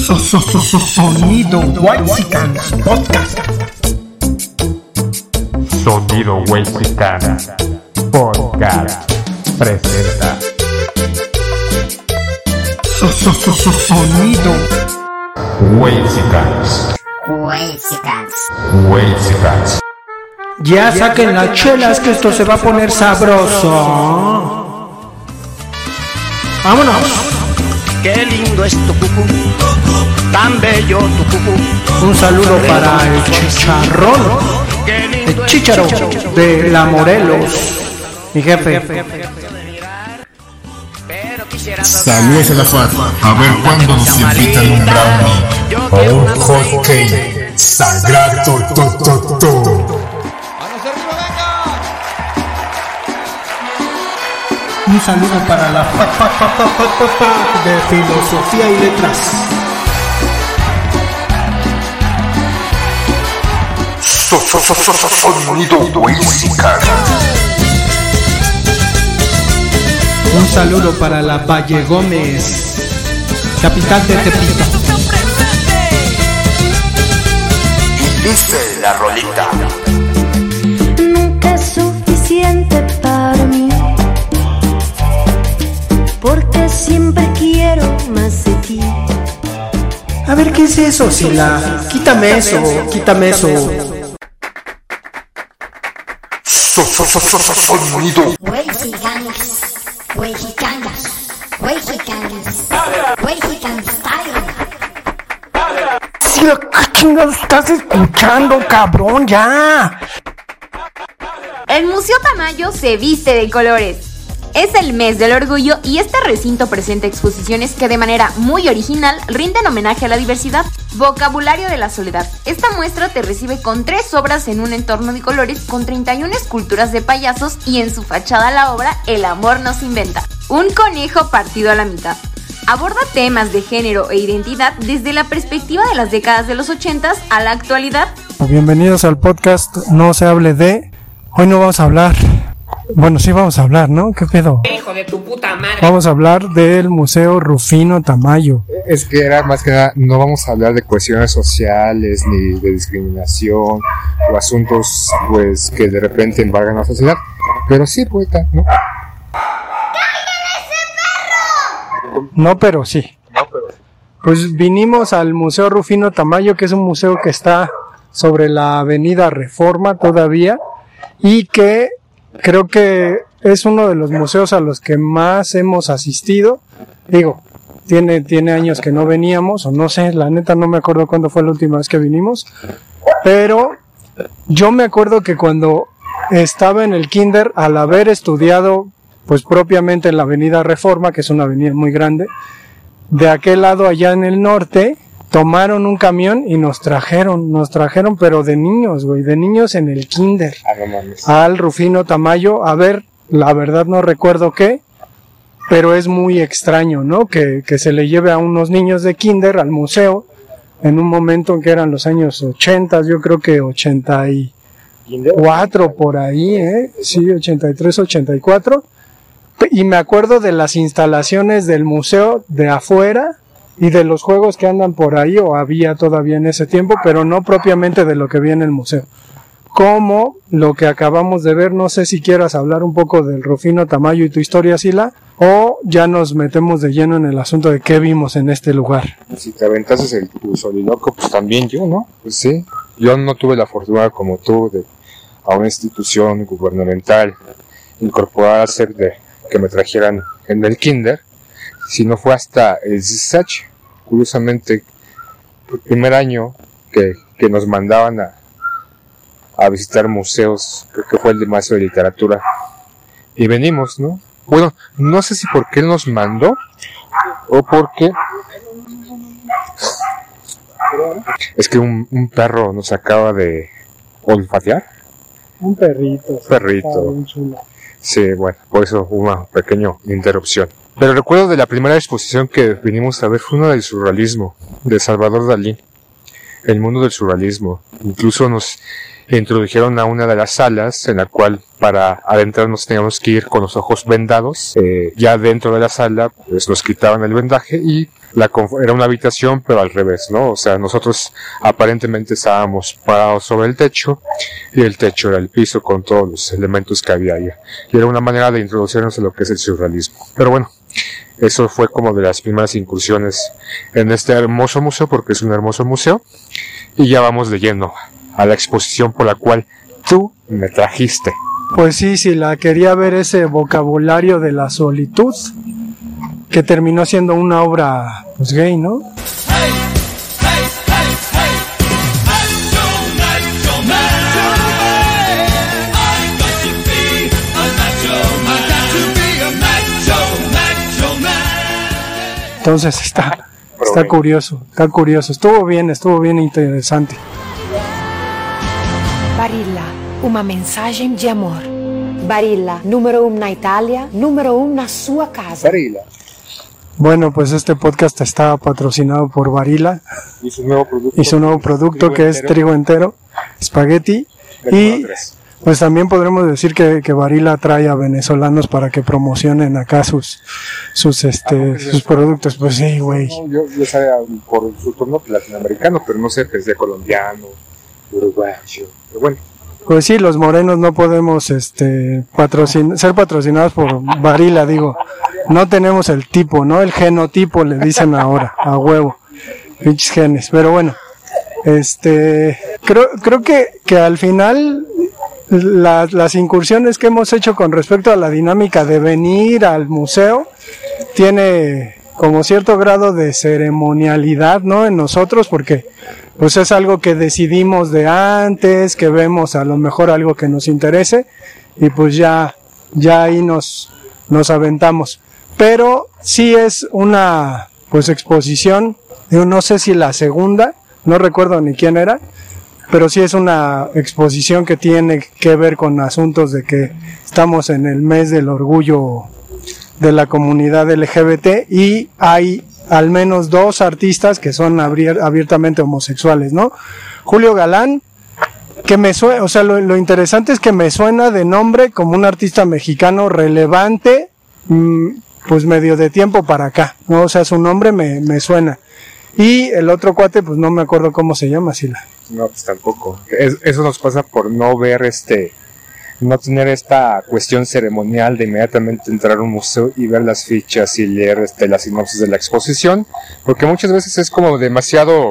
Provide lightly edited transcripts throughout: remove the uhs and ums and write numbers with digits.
Sonido Huaysican Podcast. Sonido Huaysican Podcast presenta Sonido Huaysican. Ya saquen las chelas que esto se va a poner sabroso. Vámonos. Qué lindo es tu cucú, tan bello tu cucú. Un saludo para el chicharrón, el chícharo de la Morelos, mi jefe. Saludos a la FAT. A ver cuándo nos invitan un brownie o un hot cake. Sagrado to. Un saludo para la de filosofía y letras. Sonido Huaysican. Un saludo para la Valle Gómez, capital de Tepito. Dice la rolita. Nunca es suficiente para mí, porque siempre quiero más de ti. A ver, ¿qué es eso, Sila? Quítame eso. Sonido Sila, ¿qué chingados estás escuchando, cabrón? Ya. El Museo Tamayo se viste de colores. Es el mes del orgullo y este recinto presenta exposiciones que de manera muy original rinden homenaje a la diversidad. Vocabulario de la soledad. Esta muestra te recibe con 3 obras en un entorno de colores con 31 esculturas de payasos y en su fachada la obra El amor no se inventa. Un conejo partido a la mitad. Aborda temas de género e identidad desde la perspectiva de las décadas de los 80s a la actualidad. Bienvenidos al podcast No se hable de. Hoy no vamos a hablar. Bueno, sí vamos a hablar, ¿no? ¿Qué pedo? Hijo de tu puta madre. Vamos a hablar del Museo Rufino Tamayo. Es que era más que nada, no vamos a hablar de cuestiones sociales ni de discriminación o asuntos pues que de repente embargan la sociedad, pero sí, poeta, ¿no? No, pero sí. Pues vinimos al Museo Rufino Tamayo, que es un museo que está sobre la avenida Reforma todavía y que creo que es uno de los museos a los que más hemos asistido. Digo, tiene años que no veníamos, o no sé, la neta no me acuerdo cuándo fue la última vez que vinimos, pero yo me acuerdo que cuando estaba en el kinder, al haber estudiado pues propiamente en la avenida Reforma, que es una avenida muy grande, de aquel lado allá en el norte, tomaron un camión y nos trajeron, pero de niños, güey, de niños en el kinder, al Rufino Tamayo. A ver, la verdad no recuerdo qué, pero es muy extraño, ¿no? Que se le lleve a unos niños de kinder al museo en un momento en que eran los años 80, yo creo que 84 por ahí, sí, 83, 84, y me acuerdo de las instalaciones del museo de afuera y de los juegos que andan por ahí, o había todavía en ese tiempo, pero no propiamente de lo que vi en el museo. Como lo que acabamos de ver, no sé si quieras hablar un poco del Rufino Tamayo y tu historia, Sila, o ya nos metemos de lleno en el asunto de qué vimos en este lugar. Si te aventases el soliloquio, pues también yo, ¿no? Pues sí, yo no tuve la fortuna como tú de a una institución gubernamental incorporarse que me trajeran en el kinder, sino fue hasta el CISACH, curiosamente, el primer año que nos mandaban a visitar museos, creo que fue el de maestro de literatura, y venimos, ¿no? Bueno, no sé si porque él nos mandó, o porque es que un perro nos acaba de olfatear. Un perrito. Sí, bueno, por eso una pequeña interrupción. Pero recuerdo de la primera exposición que vinimos a ver fue una del surrealismo, de Salvador Dalí. El mundo del surrealismo. Incluso nos introdujeron a una de las salas en la cual para adentrarnos teníamos que ir con los ojos vendados. Ya dentro de la sala pues nos quitaban el vendaje y era una habitación pero al revés, ¿no? O sea, nosotros aparentemente estábamos parados sobre el techo y el techo era el piso con todos los elementos que había ahí. Y era una manera de introducirnos en lo que es el surrealismo. Pero bueno, eso fue como de las primeras incursiones en este hermoso museo, porque es un hermoso museo. Y ya vamos de lleno a la exposición por la cual tú me trajiste. Pues sí, la quería ver ese vocabulario de la solitud, que terminó siendo una obra pues gay, ¿no? Entonces está curioso, estuvo bien interesante. Barilla, una mensaje de amor. Barilla, número 1 na Italia, número 1 na sua casa. Barilla. Bueno, pues este podcast está patrocinado por Barilla Y su nuevo producto que es trigo entero, espagueti, y pues también podremos decir que Barilla trae a venezolanos para que promocionen acá sus productos. Pues sí, güey. No, yo sabía por su tono latinoamericano, pero no sé, pensé colombiano, uruguayo, pero bueno. Pues sí, los morenos no podemos ser patrocinados por Barilla, digo. No tenemos el tipo, ¿no? El genotipo le dicen ahora, a huevo. Pinches genes, pero bueno. Creo que al final las incursiones que hemos hecho con respecto a la dinámica de venir al museo tiene como cierto grado de ceremonialidad, ¿no? En nosotros, porque pues es algo que decidimos de antes, que vemos a lo mejor algo que nos interese y pues ya ahí nos aventamos. Pero sí es una pues exposición, yo no sé si la segunda, no recuerdo ni quién era, pero sí es una exposición que tiene que ver con asuntos de que estamos en el mes del orgullo de la comunidad LGBT y hay al menos 2 artistas que son abiertamente homosexuales, ¿no? Julio Galán, que me suena, o sea, lo interesante es que me suena de nombre como un artista mexicano relevante, pues medio de tiempo para acá, ¿no? O sea, su nombre me suena. Y el otro cuate, pues no me acuerdo cómo se llama, Sila. No, pues tampoco. Eso nos pasa por no ver no tener esta cuestión ceremonial de inmediatamente entrar a un museo y ver las fichas y leer la sinopsis de la exposición, porque muchas veces es como demasiado,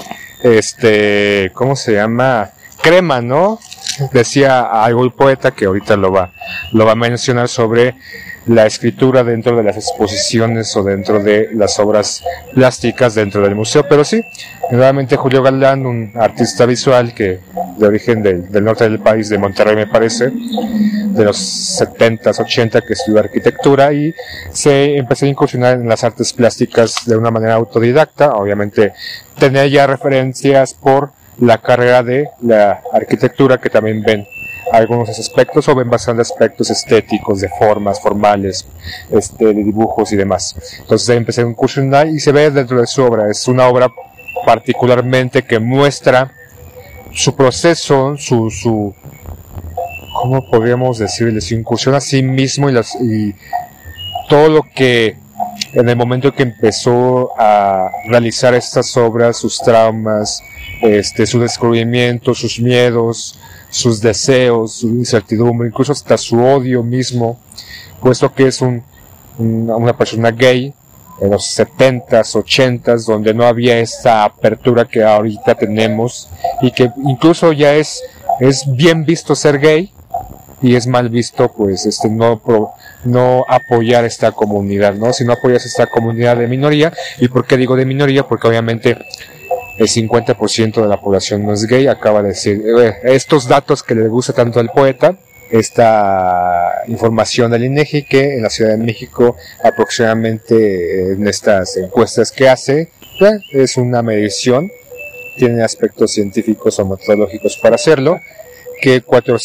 ¿cómo se llama? Crema, ¿no? Decía algo el poeta que ahorita lo va a mencionar sobre la escritura dentro de las exposiciones o dentro de las obras plásticas dentro del museo, pero sí, nuevamente Julio Galán, un artista visual que de origen del norte del país, de Monterrey me parece, de los 70s, 80 que estudió arquitectura y se empezó a incursionar en las artes plásticas de una manera autodidacta. Obviamente tenía ya referencias por la carrera de la arquitectura que también ven algunos aspectos o ven bastante aspectos estéticos, de formas, formales, de dibujos y demás. Entonces empecé a incursionar y se ve dentro de su obra. Es una obra particularmente que muestra su proceso, su ¿cómo podríamos decirle? Su incursión a sí mismo y todo lo que en el momento que empezó a realizar estas obras, sus traumas, su descubrimiento, sus miedos, sus deseos, su incertidumbre, incluso hasta su odio mismo, puesto que es una persona gay en los 70s, 80s, donde no había esta apertura que ahorita tenemos y que incluso ya es bien visto ser gay y es mal visto pues no apoyar esta comunidad, ¿no? Si no apoyas esta comunidad de minoría. ¿Y por qué digo de minoría? Porque obviamente el 50% de la población no es gay. Acaba de decir estos datos que le gusta tanto al poeta, esta información del INEGI, que en la Ciudad de México aproximadamente en estas encuestas que hace, es una medición, tiene aspectos científicos o metodológicos para hacerlo, que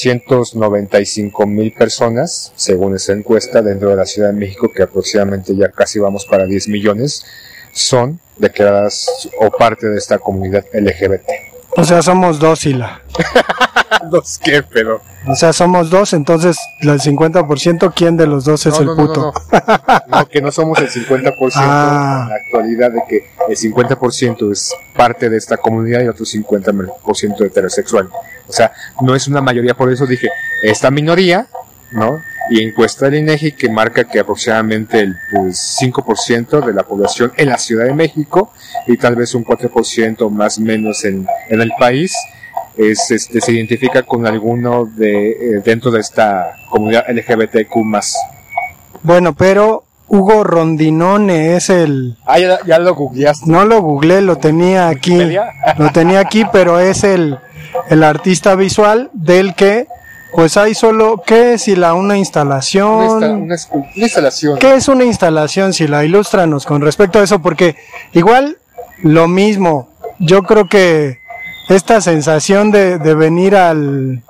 495,000 personas, según esa encuesta, dentro de la Ciudad de México, que aproximadamente ya casi vamos para 10 millones, son declaradas o parte de esta comunidad LGBT. O sea, somos 2 y la... ¿Dos qué, pero? O sea, somos dos, entonces el 50%, ¿quién de los dos es el puto? No, que no somos el 50% en la actualidad, de que el 50% es parte de esta comunidad y otro 50% heterosexual. O sea, no es una mayoría, por eso dije, esta minoría, ¿no? Y encuesta del INEGI que marca que aproximadamente el 5% de la población en la Ciudad de México y tal vez un 4% más o menos en el país se identifica con alguno dentro de esta comunidad LGBTQ+. Bueno, pero Hugo Rondinone es el... ya lo googleaste. No lo googleé, lo tenía aquí. Lo tenía aquí, pero es el artista visual del que... Pues hay solo, ¿qué es una instalación? Una instalación. ¿Qué es una instalación? Sila, ilústranos con respecto a eso, porque igual lo mismo, yo creo que esta sensación de venir al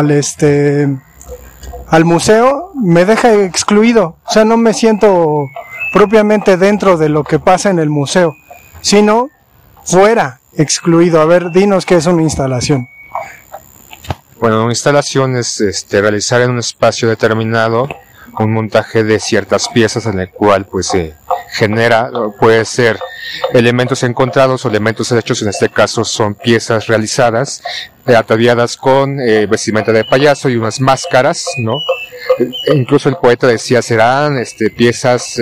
museo me deja excluido, o sea, no me siento propiamente dentro de lo que pasa en el museo, sino fuera, excluido. A ver, dinos qué es una instalación. Bueno, una instalación es realizar en un espacio determinado un montaje de ciertas piezas en el cual pues se genera, puede ser elementos encontrados o elementos hechos, en este caso son piezas realizadas, ataviadas con vestimenta de payaso y unas máscaras, ¿no? Incluso el poeta decía serán piezas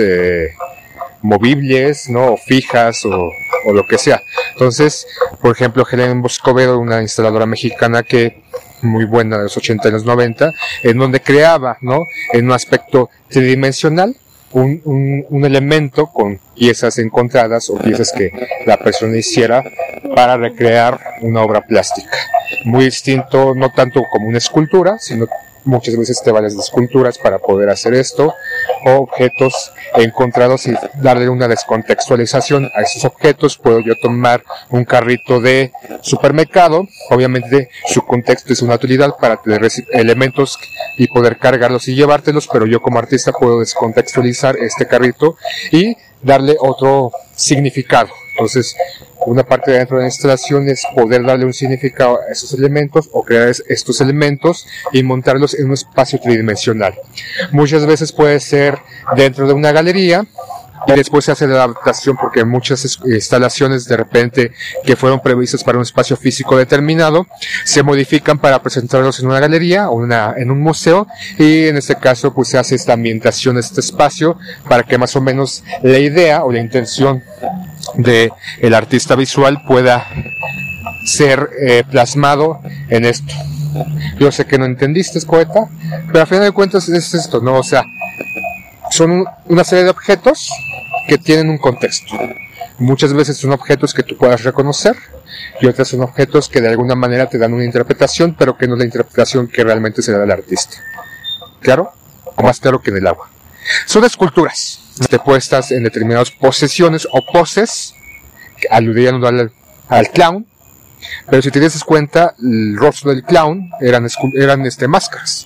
movibles, ¿no? O fijas o lo que sea. Entonces, por ejemplo, Helen Boscovedo, una instaladora mexicana que muy buena de los 80 y los 90, en donde creaba, ¿no? En un aspecto tridimensional, un elemento con piezas encontradas o piezas que la persona hiciera para recrear una obra plástica. Muy distinto, no tanto como una escultura, sino muchas veces te vales de esculturas para poder hacer esto, o objetos encontrados y darle una descontextualización a esos objetos. Puedo yo tomar un carrito de supermercado, obviamente su contexto es una utilidad para tener elementos y poder cargarlos y llevártelos, pero yo como artista puedo descontextualizar este carrito y darle otro significado. Entonces, una parte dentro de la instalación es poder darle un significado a esos elementos o crear estos elementos y montarlos en un espacio tridimensional. Muchas veces puede ser dentro de una galería y después se hace la adaptación, porque muchas instalaciones de repente que fueron previstas para un espacio físico determinado se modifican para presentarlos en una galería o en un museo, y en este caso pues se hace esta ambientación de este espacio para que más o menos la idea o la intención de el artista visual pueda ser plasmado en esto. Yo sé que no entendiste, poeta, pero al final de cuentas es esto, ¿no? O sea, son una serie de objetos que tienen un contexto. Muchas veces son objetos que tú puedas reconocer y otras son objetos que de alguna manera te dan una interpretación, pero que no es la interpretación que realmente se da del artista. ¿Claro? O más claro que en el agua. Son esculturas puestas en determinadas posiciones o poses, aludiendo al clown, pero si te das cuenta, el rostro del clown eran máscaras.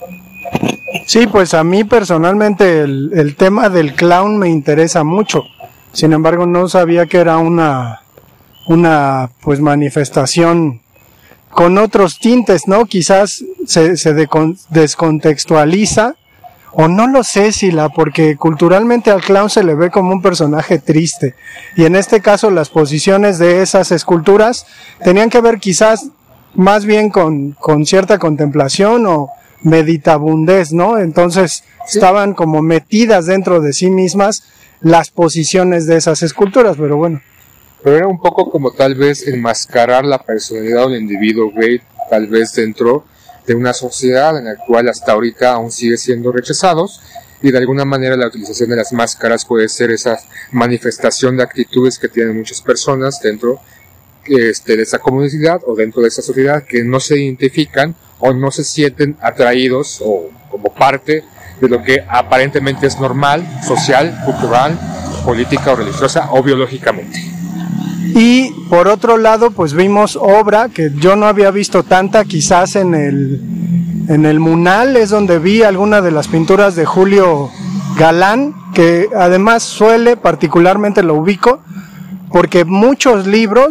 Sí, pues a mí personalmente el tema del clown me interesa mucho. Sin embargo, no sabía que era una pues manifestación con otros tintes, ¿no? Quizás se descontextualiza, o no lo sé, Sila, porque culturalmente al clown se le ve como un personaje triste. Y en este caso las posiciones de esas esculturas tenían que ver quizás más bien con cierta contemplación o meditabundez, ¿no? Entonces estaban como metidas dentro de sí mismas las posiciones de esas esculturas, pero bueno. Pero era un poco como tal vez enmascarar la personalidad del individuo gay, tal vez dentro de una sociedad en la cual hasta ahorita aún sigue siendo rechazados, y de alguna manera la utilización de las máscaras puede ser esa manifestación de actitudes que tienen muchas personas dentro de esa comunidad o dentro de esa sociedad, que no se identifican o no se sienten atraídos o como parte de lo que aparentemente es normal, social, cultural, política o religiosa o biológicamente. Y por otro lado, pues vimos obra que yo no había visto tanta, quizás en el Munal es donde vi alguna de las pinturas de Julio Galán, que además particularmente lo ubico, porque muchos libros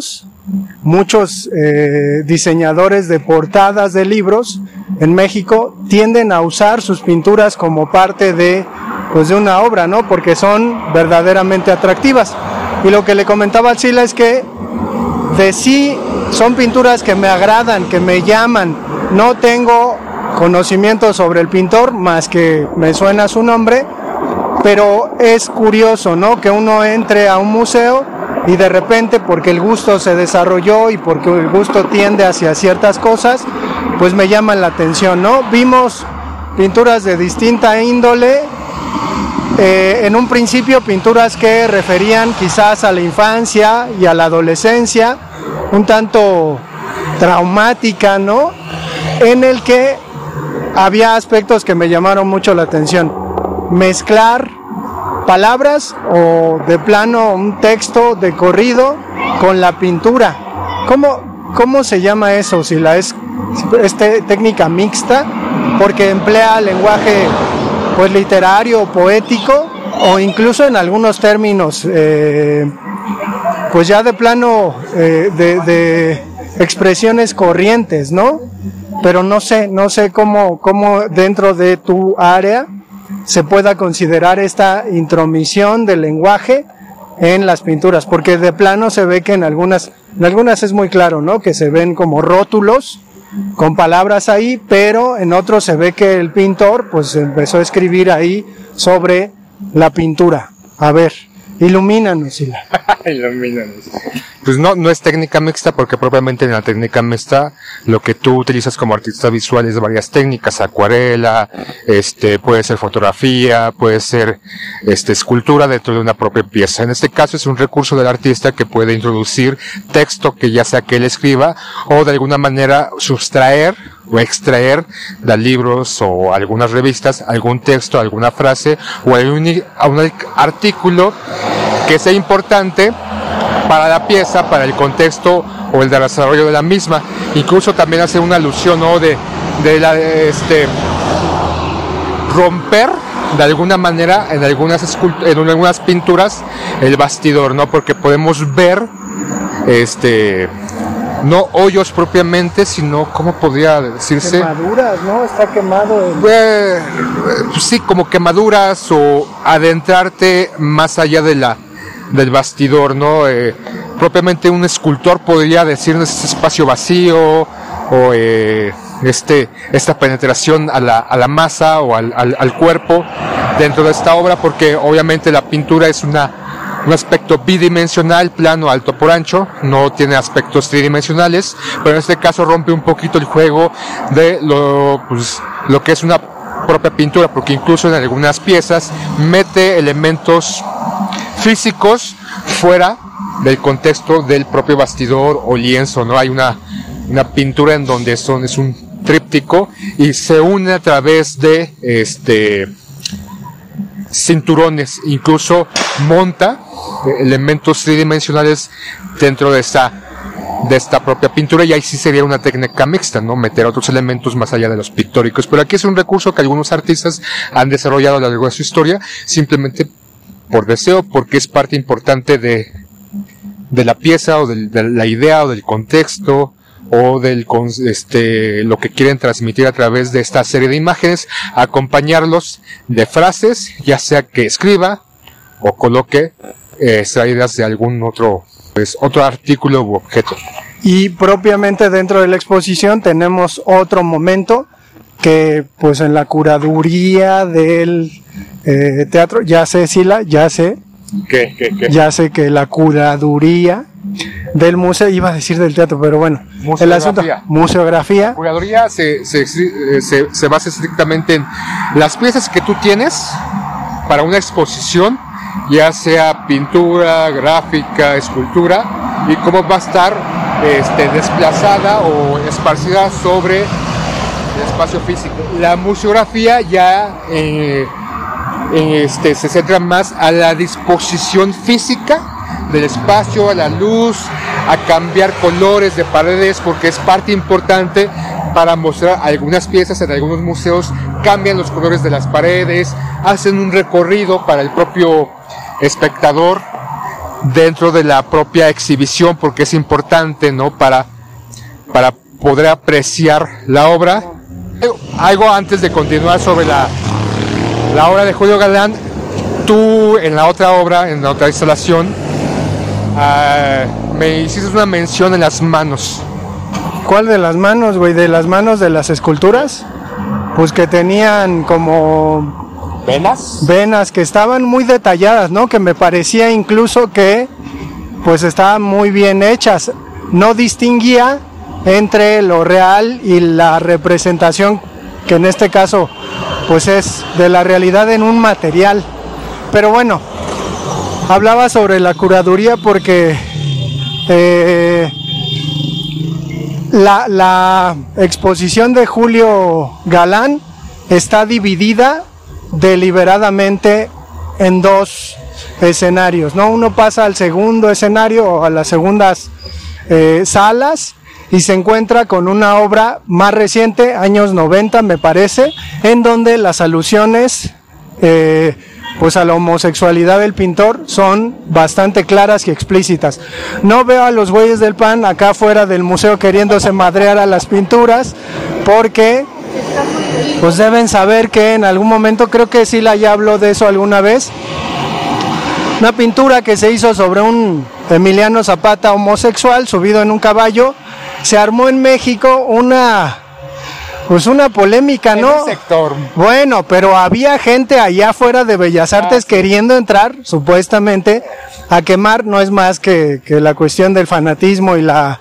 muchos diseñadores de portadas de libros en México tienden a usar sus pinturas como parte de una obra, ¿no? Porque son verdaderamente atractivas. Y lo que le comentaba a Sila es que de sí son pinturas que me agradan, que me llaman. No tengo conocimiento sobre el pintor, más que me suena su nombre, pero es curioso, ¿no? Que uno entre a un museo y de repente, porque el gusto se desarrolló y porque el gusto tiende hacia ciertas cosas, pues me llaman la atención, ¿no? Vimos pinturas de distinta índole, en un principio pinturas que referían quizás a la infancia y a la adolescencia, un tanto traumática, ¿no? En el que había aspectos que me llamaron mucho la atención. Mezclar palabras o de plano un texto de corrido con la pintura. ¿Cómo se llama eso? Si la es técnica mixta, porque emplea lenguaje pues literario, poético, o incluso en algunos términos pues ya de plano de expresiones corrientes, ¿no? Pero no sé cómo dentro de tu área se pueda considerar esta intromisión del lenguaje en las pinturas, porque de plano se ve que en algunas es muy claro, ¿no? Que se ven como rótulos con palabras ahí, pero en otros se ve que el pintor pues empezó a escribir ahí sobre la pintura. A ver, ilumínanos, Sila. Ilumínanos. Pues no es técnica mixta, porque propiamente en la técnica mixta lo que tú utilizas como artista visual es varias técnicas: acuarela, puede ser fotografía, puede ser escultura dentro de una propia pieza. En este caso es un recurso del artista que puede introducir texto que ya sea que él escriba, o de alguna manera sustraer o extraer de libros o algunas revistas algún texto, alguna frase o algún artículo que sea importante para la pieza, para el contexto o el desarrollo de la misma. Incluso también hace una alusión, ¿no? de romper de alguna manera en algunas pinturas el bastidor, ¿no? Porque podemos ver no hoyos propiamente, sino, ¿cómo podría decirse? Quemaduras, ¿no? Está quemado. Sí, como quemaduras, o adentrarte más allá del bastidor, ¿no? Propiamente un escultor podría decir este espacio vacío, o esta penetración a la masa o al cuerpo dentro de esta obra, porque obviamente la pintura es un aspecto bidimensional, plano, alto por ancho, no tiene aspectos tridimensionales, pero en este caso rompe un poquito el juego de lo que es una propia pintura, porque incluso en algunas piezas mete elementos físicos fuera del contexto del propio bastidor o lienzo, ¿no? Hay una pintura en donde es un tríptico y se une a través de cinturones, incluso monta elementos tridimensionales dentro de esta propia pintura, y ahí sí sería una técnica mixta, ¿no? Meter otros elementos más allá de los pictóricos. Pero aquí es un recurso que algunos artistas han desarrollado a lo largo de su historia, simplemente por deseo, porque es parte importante de la pieza, o de la idea, o del contexto, o lo que quieren transmitir a través de esta serie de imágenes, acompañarlos de frases, ya sea que escriba o coloque extraídas de algún otro artículo u objeto. Y propiamente dentro de la exposición tenemos otro momento que pues en la curaduría del teatro, ya sé, Sila, ya sé. ¿Qué? Ya sé que la curaduría del museo, iba a decir del teatro, pero bueno, el asunto, museografía. La curaduría se basa estrictamente en las piezas que tú tienes para una exposición, ya sea pintura, gráfica, escultura, y cómo va a estar desplazada o esparcida sobre el espacio físico. La museografía ya se centra más a la disposición física del espacio, a la luz, a cambiar colores de paredes, porque es parte importante para mostrar algunas piezas. En algunos museos cambian los colores de las paredes, hacen un recorrido para el propio espectador dentro de la propia exhibición, porque es importante, ¿no? Para poder apreciar la obra. Algo antes de continuar sobre la obra de Julio Galán. Tú en la otra obra, en la otra instalación, me hiciste una mención en las manos. ¿Cuál de las manos, güey? ¿De las manos de las esculturas? Pues que tenían como... Venas que estaban muy detalladas, ¿no? Que me parecía incluso que pues estaban muy bien hechas. No distinguía entre lo real y la representación, que en este caso pues es de la realidad en un material. Pero bueno, hablaba sobre la curaduría porque la exposición de Julio Galán está dividida deliberadamente en dos escenarios, ¿no? Uno pasa al segundo escenario o a las segundas salas y se encuentra con una obra más reciente, años 90 me parece, en donde las alusiones pues a la homosexualidad del pintor son bastante claras y explícitas. No veo a los güeyes del PAN acá afuera del museo queriéndose madrear a las pinturas, porque pues deben saber que en algún momento, creo que Sila ya habló de eso alguna vez, una pintura que se hizo sobre un Emiliano Zapata homosexual subido en un caballo, se armó en México una polémica, ¿no? En un sector. Bueno, pero había gente allá afuera de Bellas Artes queriendo entrar, supuestamente, a quemar. No es más que la cuestión del fanatismo y la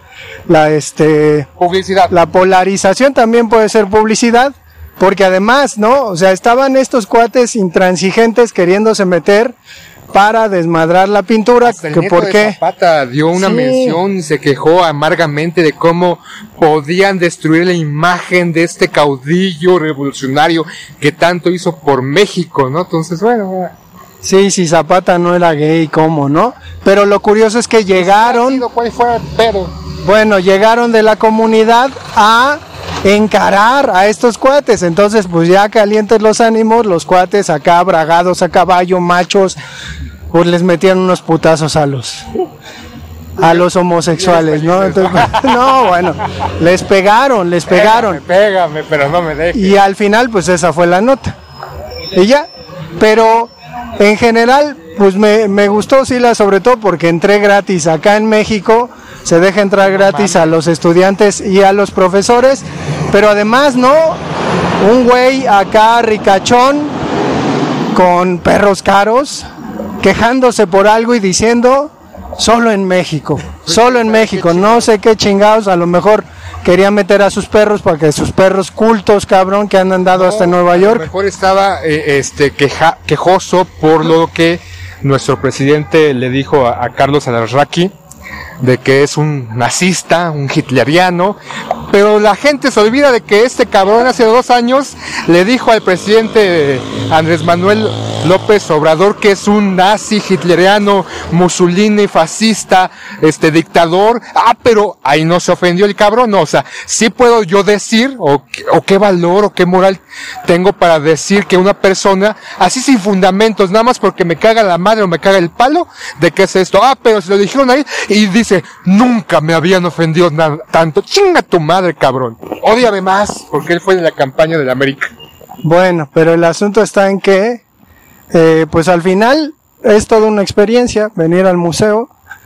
publicidad. La polarización también puede ser publicidad, porque además, ¿no? O sea, estaban estos cuates intransigentes queriéndose meter para desmadrar la pintura. Hasta el nieto de Zapata dio una mención y se quejó amargamente de cómo podían destruir la imagen de este caudillo revolucionario que tanto hizo por México, ¿no? Entonces, bueno. Sí, Zapata no era gay, ¿cómo, no? Pero lo curioso es que llegaron... Bueno, llegaron de la comunidad a encarar a estos cuates, entonces pues ya calientes los ánimos, los cuates acá bragados a caballo, machos, pues les metían unos putazos a los homosexuales, ¿no? Entonces, no, bueno, les pegaron. Pégame, pero no me dejes. Y al final pues esa fue la nota. Y ya, pero en general pues me gustó Sila, sobre todo porque entré gratis. Acá en México se deja entrar gratis a los estudiantes y a los profesores, pero además, ¿no? Un güey acá ricachón con perros caros, quejándose por algo y diciendo, solo en México, no sé qué chingados, a lo mejor quería meter a sus perros para que sus perros cultos, cabrón, que han andado hasta Nueva York. A lo mejor estaba quejoso por lo que nuestro presidente le dijo a Carlos Alarraqui, de que es un nazista, un hitleriano, pero la gente se olvida de que este cabrón hace 2 años le dijo al presidente Andrés Manuel López Obrador que es un nazi, hitleriano, Mussolini, fascista, dictador. Pero ahí no se ofendió el cabrón, no, o sea, sí puedo yo decir, o qué valor, o qué moral tengo para decir que una persona, así sin fundamentos, nada más porque me caga la madre o me caga el palo, de qué es esto, pero se lo dijeron ahí, y dice, nunca me habían ofendido tanto. Chinga tu madre, cabrón. Ódiame más, porque él fue de la campaña de la América. Bueno, pero el asunto está en que, pues al final, es toda una experiencia venir al museo.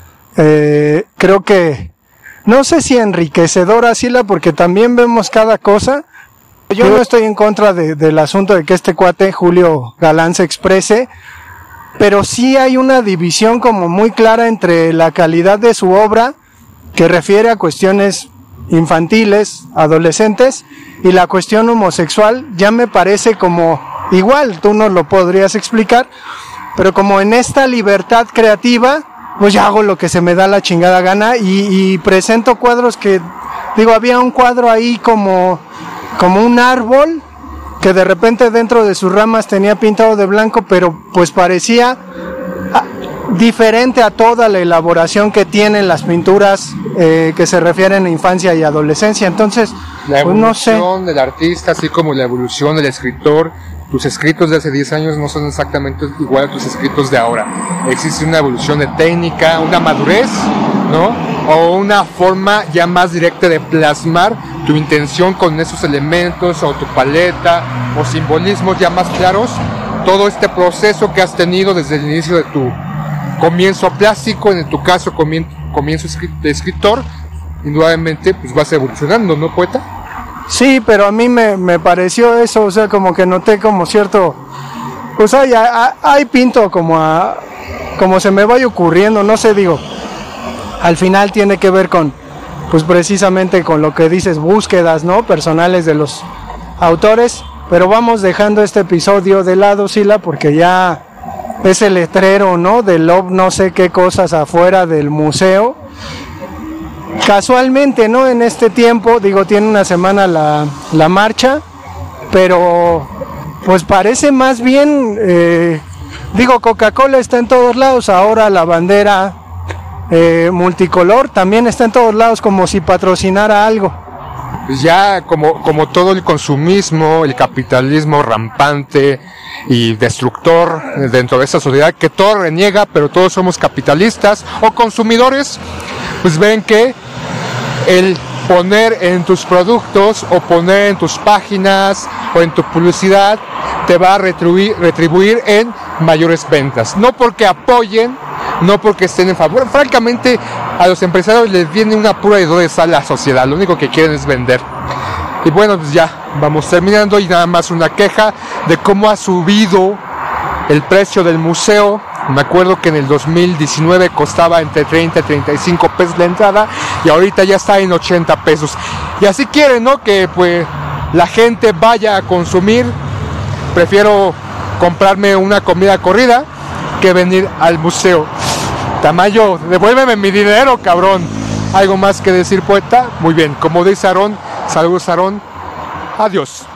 Creo que, no sé si enriquecedora, Sila, porque también vemos cada cosa. Yo no estoy en contra del asunto de que este cuate, Julio Galán, se exprese, pero sí hay una división como muy clara entre la calidad de su obra, que refiere a cuestiones infantiles, adolescentes, y la cuestión homosexual. Ya me parece como, igual tú nos lo podrías explicar, pero como en esta libertad creativa, pues ya hago lo que se me da la chingada gana, y presento cuadros que, digo, había un cuadro ahí como un árbol, que de repente dentro de sus ramas tenía pintado de blanco, pero pues parecía diferente a toda la elaboración que tienen las pinturas que se refieren a infancia y adolescencia. Entonces, la evolución pues no sé, del artista, así como la evolución del escritor, tus escritos de hace 10 años no son exactamente igual a tus escritos de ahora. Existe una evolución de técnica, una madurez, ¿no? O una forma ya más directa de plasmar tu intención con esos elementos, o tu paleta, o simbolismos ya más claros. Todo este proceso que has tenido desde el inicio de tu comienzo plástico, en tu caso comienzo de escritor, indudablemente pues vas evolucionando, ¿no, poeta? Sí, pero a mí me pareció eso, o sea, como que noté como cierto, pues hay pinto como se me vaya ocurriendo, no sé, digo, al final tiene que ver con, pues precisamente con lo que dices, búsquedas, ¿no?, personales de los autores, pero vamos dejando este episodio de lado, Sila, porque ya es el letrero, ¿no?, de Love no sé qué cosas afuera del museo. Casualmente, ¿no?, en este tiempo, digo, tiene una semana la marcha, pero pues parece más bien, digo, Coca-Cola está en todos lados, ahora la bandera multicolor también está en todos lados, como si patrocinara algo. Pues ya como todo el consumismo, el capitalismo rampante y destructor dentro de esta sociedad que todo reniega, pero todos somos capitalistas o consumidores, pues ven que el poner en tus productos o poner en tus páginas o en tu publicidad te va a retribuir en mayores ventas. No porque apoyen, no porque estén en favor. Francamente, a los empresarios les viene una pura y dura a la sociedad. Lo único que quieren es vender. Y bueno, pues ya vamos terminando, y nada más una queja de cómo ha subido el precio del museo. Me acuerdo que en el 2019 costaba entre 30 y 35 pesos la entrada, y ahorita ya está en 80 pesos. Y así quieren, ¿no?, que pues la gente vaya a consumir. Prefiero comprarme una comida corrida que venir al museo. Tamayo, devuélveme mi dinero, cabrón. ¿Algo más que decir, poeta? Muy bien, como dice Aarón, saludos, Aarón. Adiós.